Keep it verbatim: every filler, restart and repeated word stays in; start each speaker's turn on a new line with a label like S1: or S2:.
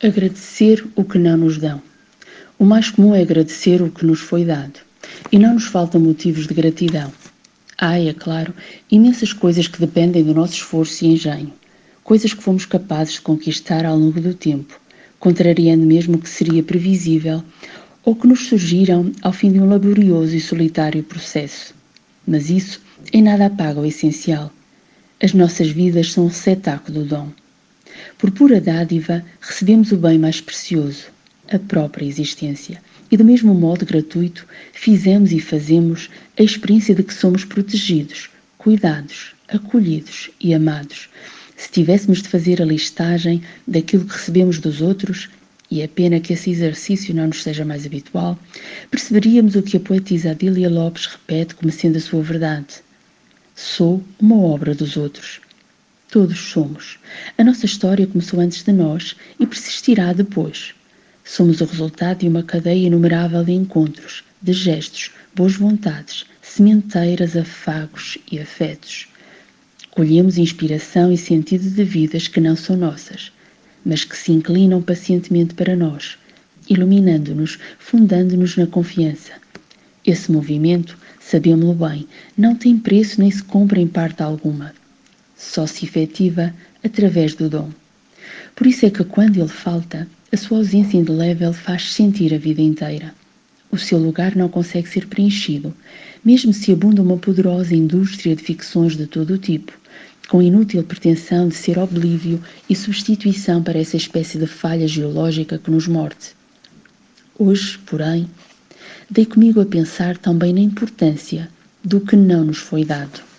S1: Agradecer o que não nos dão. O mais comum é agradecer o que nos foi dado. E não nos faltam motivos de gratidão. Há, é claro, imensas coisas que dependem do nosso esforço e engenho. Coisas que fomos capazes de conquistar ao longo do tempo, contrariando mesmo o que seria previsível, ou que nos surgiram ao fim de um laborioso e solitário processo. Mas isso em nada apaga o essencial. As nossas vidas são um receptáculo do dom. Por pura dádiva, recebemos o bem mais precioso, a própria existência. E do mesmo modo gratuito, fizemos e fazemos a experiência de que somos protegidos, cuidados, acolhidos e amados. Se tivéssemos de fazer a listagem daquilo que recebemos dos outros, e é pena que esse exercício não nos seja mais habitual, perceberíamos o que a poetisa Adília Lopes repete como sendo a sua verdade. Sou uma obra dos outros. Todos somos. A nossa história começou antes de nós e persistirá depois. Somos o resultado de uma cadeia inumerável de encontros, de gestos, boas vontades, sementeiras, afagos e afetos. Colhemos inspiração e sentido de vidas que não são nossas, mas que se inclinam pacientemente para nós, iluminando-nos, fundando-nos na confiança. Esse movimento, sabemos-lo bem, não tem preço nem se compra em parte alguma. Só se efetiva através do dom. Por isso é que quando ele falta, a sua ausência indelével faz sentir a vida inteira. O seu lugar não consegue ser preenchido, mesmo se abunda uma poderosa indústria de ficções de todo o tipo, com inútil pretensão de ser oblívio e substituição para essa espécie de falha geológica que nos morde. Hoje, porém, dei comigo a pensar também na importância do que não nos foi dado.